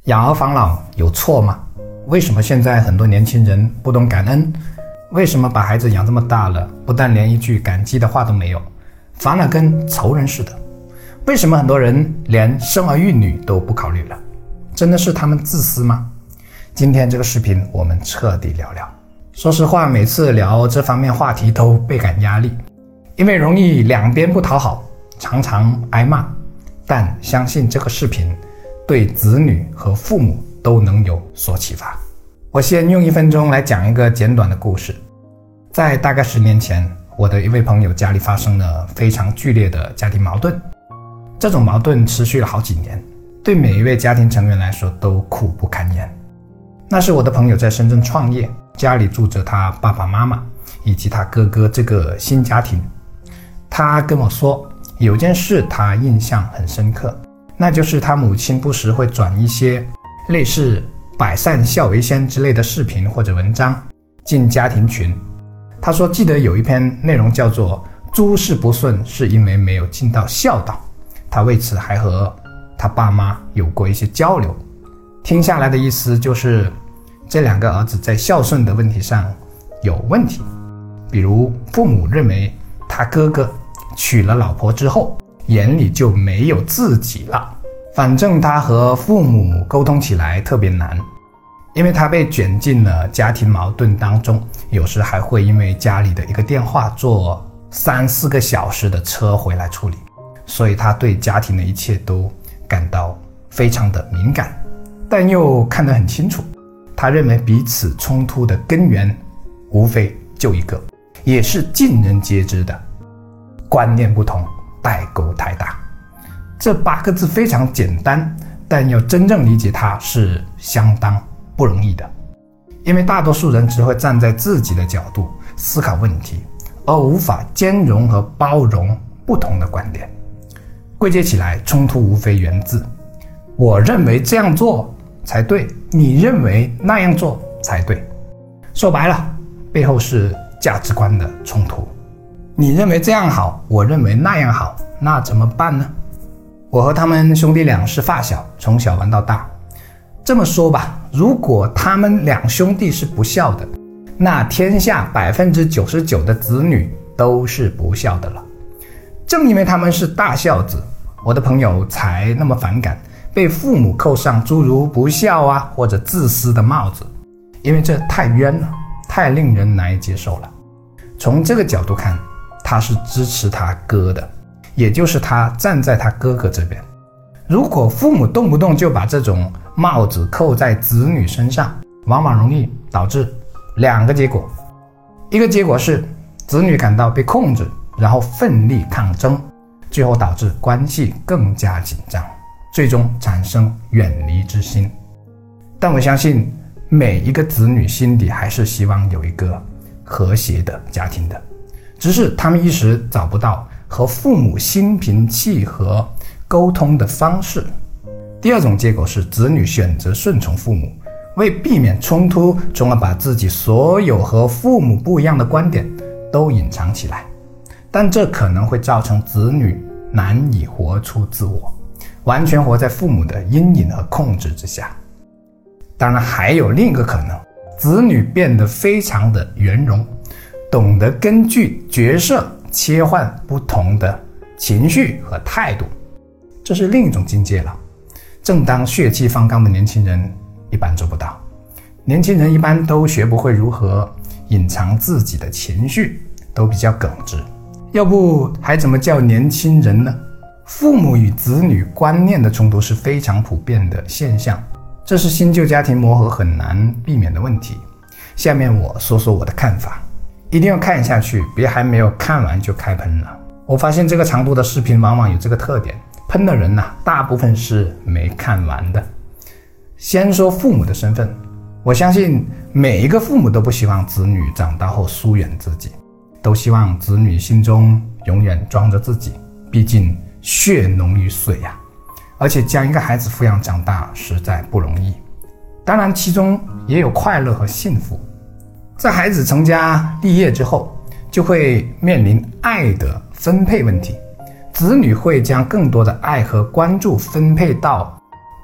养儿防老有错吗？为什么现在很多年轻人不懂感恩？为什么把孩子养这么大了，不但连一句感激的话都没有，反而跟仇人似的？为什么很多人连生儿育女都不考虑了？真的是他们自私吗？今天这个视频我们彻底聊聊。说实话，每次聊这方面话题都倍感压力，因为容易两边不讨好，常常挨骂。但相信这个视频对子女和父母都能有所启发。我先用1分钟来讲一个简短的故事。在大概10年前，我的一位朋友家里发生了非常剧烈的家庭矛盾，这种矛盾持续了好几年，对每一位家庭成员来说都苦不堪言。那是我的朋友在深圳创业，家里住着他爸爸妈妈以及他哥哥这个新家庭。他跟我说，有件事他印象很深刻，那就是他母亲不时会转一些类似百善孝为先之类的视频或者文章进家庭群。他说记得有一篇内容叫做诸事不顺是因为没有尽到孝道，他为此还和他爸妈有过一些交流。听下来的意思就是这2个儿子在孝顺的问题上有问题，比如父母认为他哥哥娶了老婆之后眼里就没有自己了，反正他和父母沟通起来特别难，因为他被卷进了家庭矛盾当中，有时还会因为家里的一个电话坐3-4个小时的车回来处理，所以他对家庭的一切都感到非常的敏感，但又看得很清楚。他认为彼此冲突的根源无非就一个，也是尽人皆知的，观念不同，代沟太大。这8个字非常简单，但要真正理解它是相当不容易的，因为大多数人只会站在自己的角度思考问题，而无法兼容和包容不同的观点。归结起来，冲突无非源自我认为这样做才对，你认为那样做才对。说白了，背后是价值观的冲突。你认为这样好，我认为那样好，那怎么办呢？我和他们兄弟俩是发小，从小玩到大。这么说吧，如果他们2兄弟是不孝的，那天下99%的子女都是不孝的了。正因为他们是大孝子，我的朋友才那么反感被父母扣上诸如不孝啊或者自私的帽子，因为这太冤了，太令人难以接受了。从这个角度看，他是支持他哥的，也就是他站在他哥哥这边。如果父母动不动就把这种帽子扣在子女身上，往往容易导致2个结果。一个结果是子女感到被控制，然后奋力抗争，最后导致关系更加紧张，最终产生远离之心。但我相信每一个子女心底还是希望有一个和谐的家庭的，只是他们一时找不到和父母心平气和沟通的方式。第2种结果是子女选择顺从父母，为避免冲突，从而把自己所有和父母不一样的观点都隐藏起来，但这可能会造成子女难以活出自我，完全活在父母的阴影和控制之下。当然还有另一个可能，子女变得非常的圆融，懂得根据角色切换不同的情绪和态度，这是另一种境界了。正当血气方刚的年轻人一般做不到，年轻人一般都学不会如何隐藏自己的情绪，都比较耿直，要不还怎么叫年轻人呢？父母与子女观念的冲突是非常普遍的现象，这是新旧家庭磨合很难避免的问题。下面我说说我的看法，一定要看下去，别还没有看完就开喷了。我发现这个长度的视频往往有这个特点，喷的人大部分是没看完的。先说父母的身份，我相信每一个父母都不希望子女长大后疏远自己，都希望子女心中永远装着自己，毕竟血浓于水呀，而且将一个孩子抚养长大实在不容易。当然其中也有快乐和幸福。在孩子成家立业之后，就会面临爱的分配问题，子女会将更多的爱和关注分配到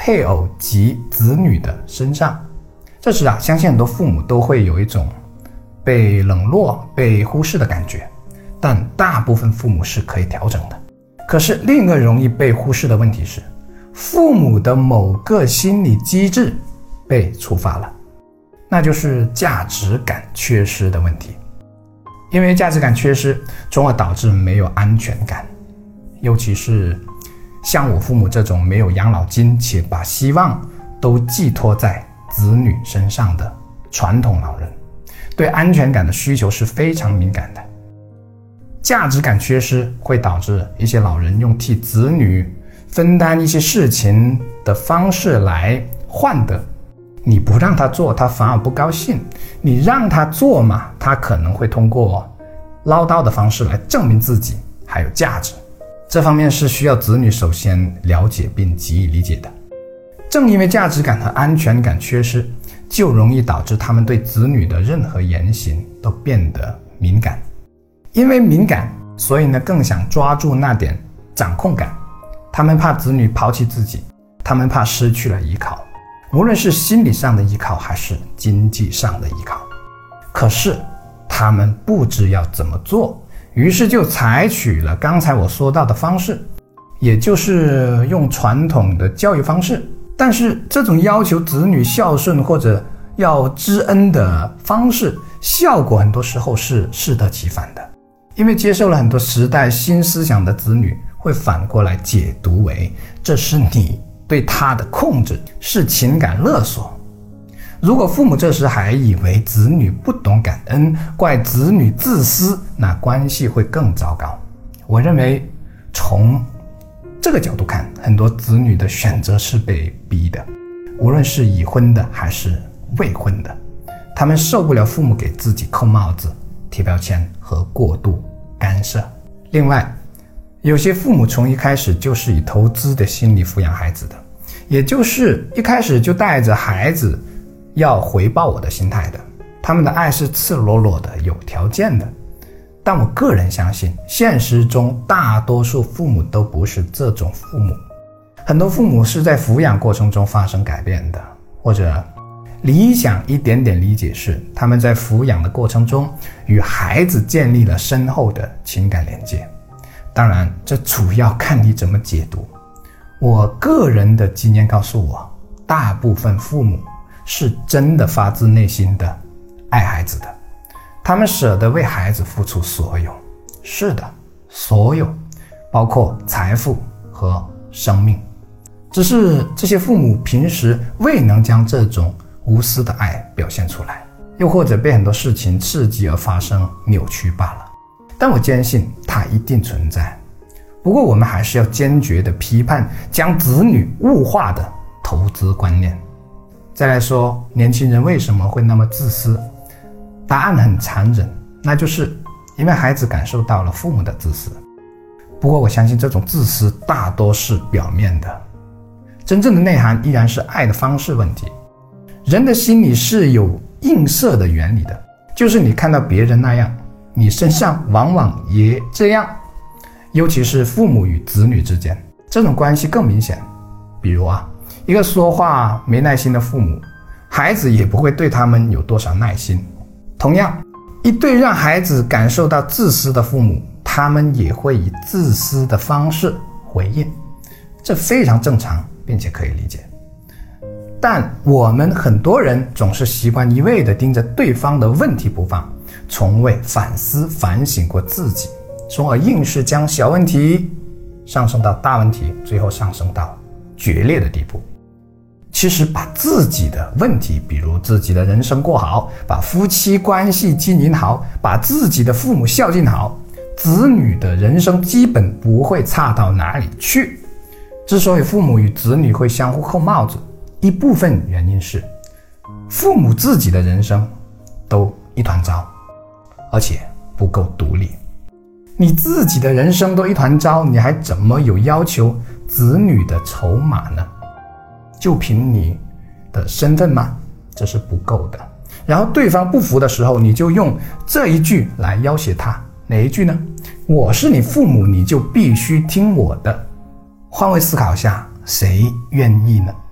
配偶及子女的身上。这时相信很多父母都会有一种被冷落、被忽视的感觉，但大部分父母是可以调整的。可是另一个容易被忽视的问题是，父母的某个心理机制被触发了，那就是价值感缺失的问题。因为价值感缺失，从而导致没有安全感，尤其是像我父母这种没有养老金且把希望都寄托在子女身上的传统老人，对安全感的需求是非常敏感的。价值感缺失会导致一些老人用替子女分担一些事情的方式来换得，你不让他做他反而不高兴，你让他做嘛，他可能会通过唠叨的方式来证明自己还有价值。这方面是需要子女首先了解并给予理解的。正因为价值感和安全感缺失，就容易导致他们对子女的任何言行都变得敏感。因为敏感，所以更想抓住那点掌控感。他们怕子女抛弃自己，他们怕失去了依靠，无论是心理上的依靠还是经济上的依靠。可是他们不知要怎么做，于是就采取了刚才我说到的方式，也就是用传统的教育方式。但是这种要求子女孝顺或者要知恩的方式，效果很多时候是适得其反的。因为接受了很多时代新思想的子女，会反过来解读为这是你对他的控制，是情感勒索。如果父母这时还以为子女不懂感恩，怪子女自私，那关系会更糟糕。我认为从这个角度看，很多子女的选择是被逼的，无论是已婚的还是未婚的，他们受不了父母给自己扣帽子、贴标签和过度干涉。另外，有些父母从一开始就是以投资的心理抚养孩子的，也就是一开始就带着孩子要回报我的心态的，他们的爱是赤裸裸的、有条件的。但我个人相信，现实中大多数父母都不是这种父母。很多父母是在抚养过程中发生改变的，或者理想一点点理解是，他们在抚养的过程中与孩子建立了深厚的情感连接。当然，这主要看你怎么解读。我个人的经验告诉我，大部分父母是真的发自内心的爱孩子的，他们舍得为孩子付出所有，是的，所有，包括财富和生命。只是这些父母平时未能将这种无私的爱表现出来，又或者被很多事情刺激而发生扭曲罢了。但我坚信它一定存在。不过我们还是要坚决地批判将子女物化的投资观念。再来说，年轻人为什么会那么自私？答案很残忍，那就是因为孩子感受到了父母的自私。不过我相信这种自私大多是表面的，真正的内涵依然是爱的方式问题。人的心理是有映射的原理的，就是你看到别人那样，你身上往往也这样。尤其是父母与子女之间，这种关系更明显。比如一个说话没耐心的父母，孩子也不会对他们有多少耐心。同样，一对让孩子感受到自私的父母，他们也会以自私的方式回应，这非常正常并且可以理解。但我们很多人总是习惯一味地盯着对方的问题不放，从未反思反省过自己，从而硬是将小问题上升到大问题，最后上升到决裂的地步。其实把自己的问题，比如自己的人生过好，把夫妻关系经营好，把自己的父母孝敬好，子女的人生基本不会差到哪里去。之所以父母与子女会相互扣帽子，一部分原因是父母自己的人生都一团糟，而且不够独立。你自己的人生都一团糟，你还怎么有要求子女的筹码呢？就凭你的身份吗？这是不够的。然后对方不服的时候，你就用这一句来要挟他。哪一句呢？我是你父母，你就必须听我的。换位思考下，谁愿意呢？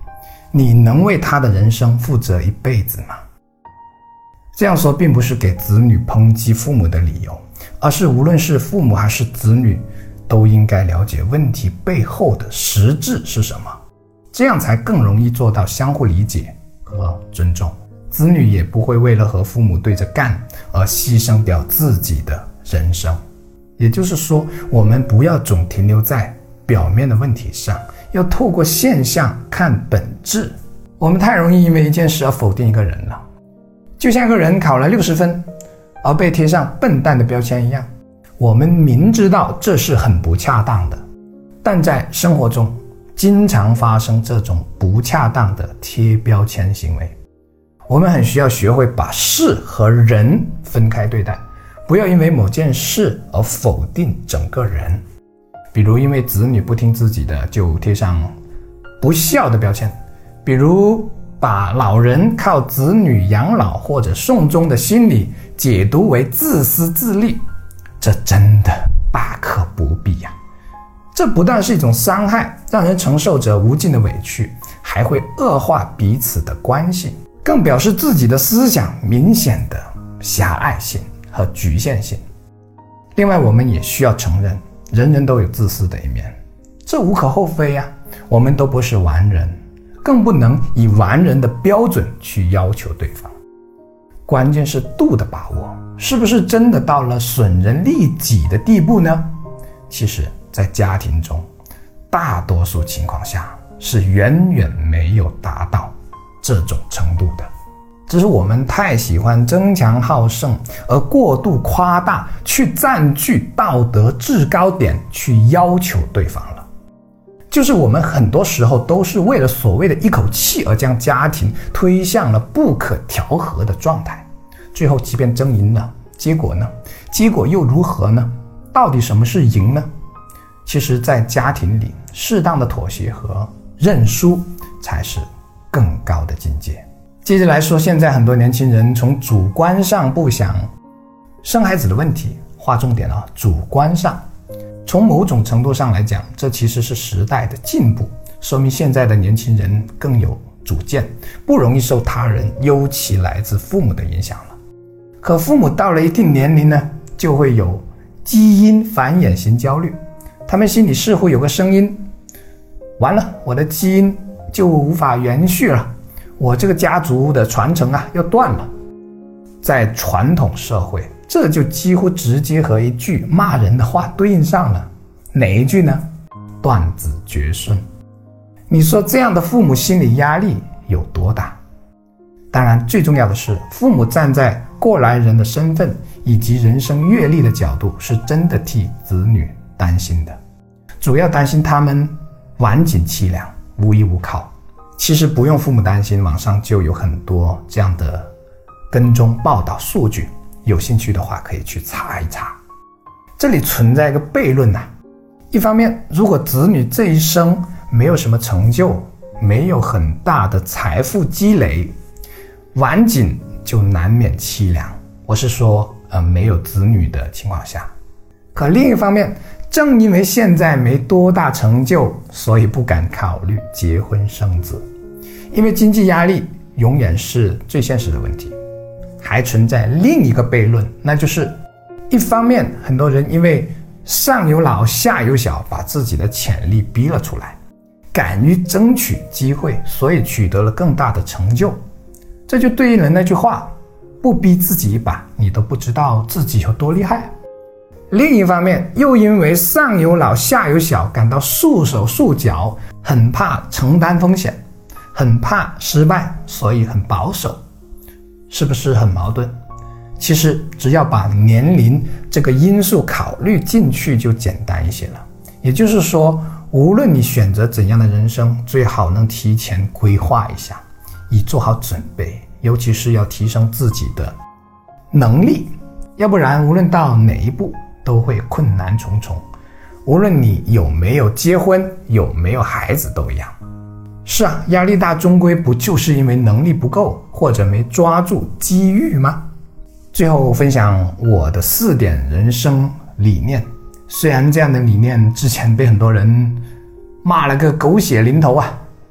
你能为他的人生负责一辈子吗？这样说并不是给子女抨击父母的理由，而是无论是父母还是子女，都应该了解问题背后的实质是什么，这样才更容易做到相互理解和尊重。子女也不会为了和父母对着干而牺牲掉自己的人生。也就是说，我们不要总停留在表面的问题上，要透过现象看本质。我们太容易因为一件事而否定一个人了，就像一个人考了60分而被贴上笨蛋的标签一样。我们明知道这是很不恰当的，但在生活中经常发生这种不恰当的贴标签行为。我们很需要学会把事和人分开对待，不要因为某件事而否定整个人。比如因为子女不听自己的就贴上不孝的标签，比如把老人靠子女养老或者送终的心理解读为自私自利，这真的大可不必呀。这不但是一种伤害，让人承受着无尽的委屈，还会恶化彼此的关系，更表示自己的思想明显的狭隘性和局限性。另外，我们也需要承认，人人都有自私的一面，这无可厚非呀。我们都不是完人，更不能以完人的标准去要求对方。关键是度的把握，是不是真的到了损人利己的地步呢？其实在家庭中，大多数情况下是远远没有达到这种程度的，只是我们太喜欢争强好胜，而过度夸大，去占据道德制高点，去要求对方了。就是我们很多时候都是为了所谓的一口气而将家庭推向了不可调和的状态，最后即便争赢了，结果呢？结果又如何呢？到底什么是赢呢？其实在家庭里，适当的妥协和认输才是更高的境界。接着来说，现在很多年轻人从主观上不想生孩子的问题，划重点啊，主观上。从某种程度上来讲，这其实是时代的进步，说明现在的年轻人更有主见，不容易受他人，尤其来自父母的影响了。可父母到了一定年龄呢，就会有基因繁衍型焦虑，他们心里似乎有个声音，完了，我的基因就无法延续了，我这个家族的传承要断了。在传统社会，这就几乎直接和一句骂人的话对应上了。哪一句呢？断子绝孙。你说这样的父母心理压力有多大？当然，最重要的是，父母站在过来人的身份以及人生阅历的角度，是真的替子女担心的，主要担心他们晚景凄凉，无依无靠。其实不用父母担心，网上就有很多这样的跟踪报道数据，有兴趣的话可以去查一查。这里存在一个悖论一方面，如果子女这一生没有什么成就，没有很大的财富积累，晚景就难免凄凉。我是说没有子女的情况下。可另一方面，正因为现在没多大成就，所以不敢考虑结婚生子，因为经济压力永远是最现实的问题。还存在另一个悖论，那就是一方面，很多人因为上有老下有小，把自己的潜力逼了出来，敢于争取机会，所以取得了更大的成就。这就对应了那句话，不逼自己一把，你都不知道自己有多厉害。另一方面，又因为上有老下有小，感到束手束脚，很怕承担风险，很怕失败，所以很保守。是不是很矛盾？其实只要把年龄这个因素考虑进去就简单一些了。也就是说，无论你选择怎样的人生，最好能提前规划一下，以做好准备，尤其是要提升自己的能力，要不然无论到哪一步都会困难重重。无论你有没有结婚，有没有孩子都一样。是压力大终归不就是因为能力不够，或者没抓住机遇吗？最后分享我的4点人生理念，虽然这样的理念之前被很多人骂了个狗血淋头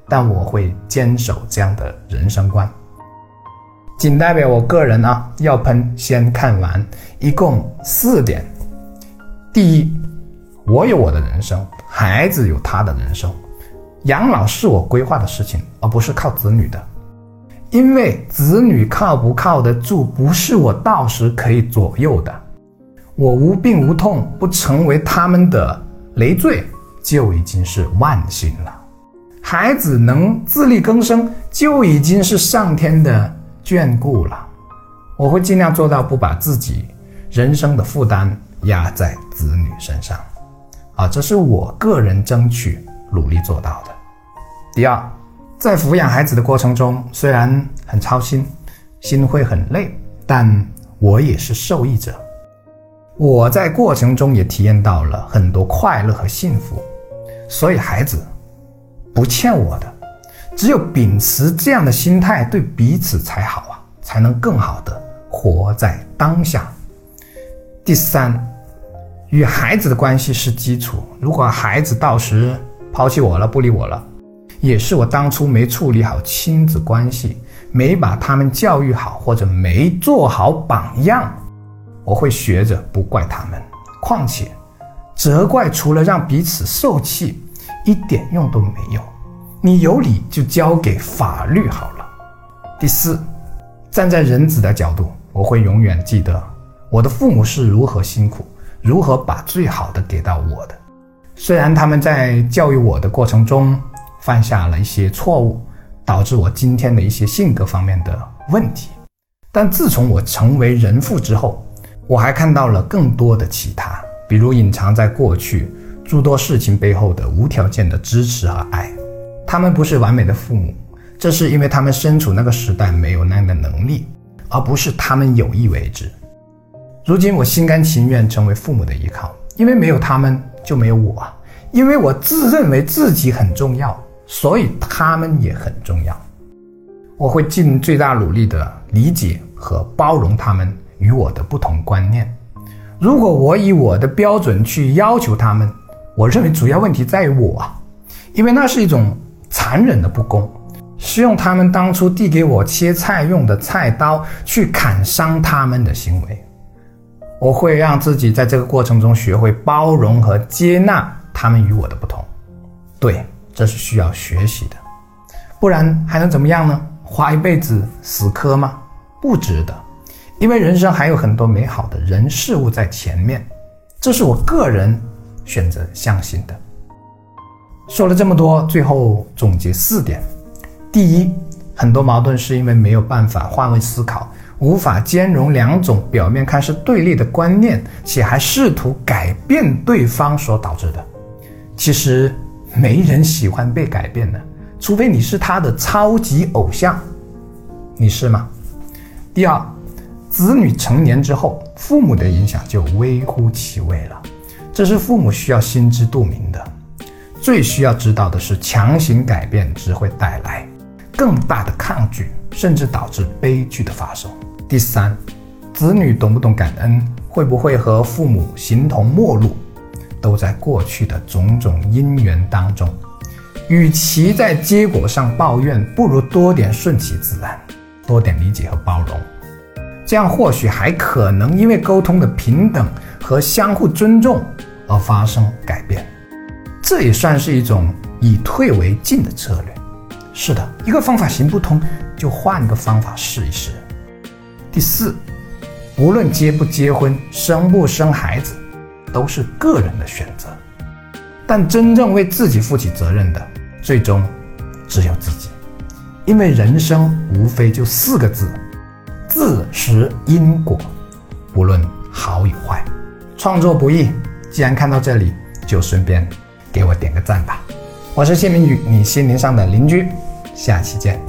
但我会坚守这样的人生观。仅代表我个人要喷先看完，一共4点。第一，我有我的人生，孩子有他的人生，养老是我规划的事情，而不是靠子女的。因为子女靠不靠得住，不是我到时可以左右的。我无病无痛，不成为他们的累赘，就已经是万幸了。孩子能自力更生，就已经是上天的眷顾了。我会尽量做到不把自己人生的负担压在子女身上，这是我个人争取努力做到的。第二，在抚养孩子的过程中，虽然很操心，心会很累，但我也是受益者。我在过程中也体验到了很多快乐和幸福，所以孩子不欠我的。只有秉持这样的心态，对彼此才好才能更好的活在当下。第三，与孩子的关系是基础，如果孩子到时抛弃我了，不理我了，也是我当初没处理好亲子关系，没把他们教育好，或者没做好榜样。我会学着不怪他们，况且责怪除了让彼此受气，一点用都没有。你有理就交给法律好了。第四，站在人子的角度，我会永远记得我的父母是如何辛苦，如何把最好的给到我的。虽然他们在教育我的过程中犯下了一些错误，导致我今天的一些性格方面的问题，但自从我成为人父之后，我还看到了更多的其他，比如隐藏在过去诸多事情背后的无条件的支持和爱。他们不是完美的父母，这是因为他们身处那个时代没有那样的能力，而不是他们有意为之。如今我心甘情愿成为父母的依靠，因为没有他们就没有我，因为我自认为自己很重要，所以他们也很重要。我会尽最大努力的理解和包容他们与我的不同观念。如果我以我的标准去要求他们，我认为主要问题在于我，因为那是一种残忍的不公，是用他们当初递给我切菜用的菜刀去砍伤他们的行为。我会让自己在这个过程中学会包容和接纳他们与我的不同。对，这是需要学习的，不然还能怎么样呢？花一辈子死磕吗？不值得，因为人生还有很多美好的人事物在前面，这是我个人选择相信的。说了这么多，最后总结4点。第一，很多矛盾是因为没有办法换位思考，无法兼容2种表面看是对立的观念，且还试图改变对方所导致的。其实没人喜欢被改变的，除非你是他的超级偶像。你是吗？第二，子女成年之后，父母的影响就微乎其微了，这是父母需要心知肚明的。最需要知道的是，强行改变只会带来更大的抗拒，甚至导致悲剧的发生。第三，子女懂不懂感恩，会不会和父母形同陌路，都在过去的种种因缘当中。与其在结果上抱怨，不如多点顺其自然，多点理解和包容，这样或许还可能因为沟通的平等和相互尊重而发生改变。这也算是一种以退为进的策略。是的，一个方法行不通，就换个方法试一试。第四，无论结不结婚，生不生孩子，都是个人的选择，但真正为自己负起责任的，最终只有自己。因为人生无非就4个字：自食因果，无论好与坏。创作不易，既然看到这里，就顺便给我点个赞吧。我是谢明宇，你心灵上的邻居，下期见。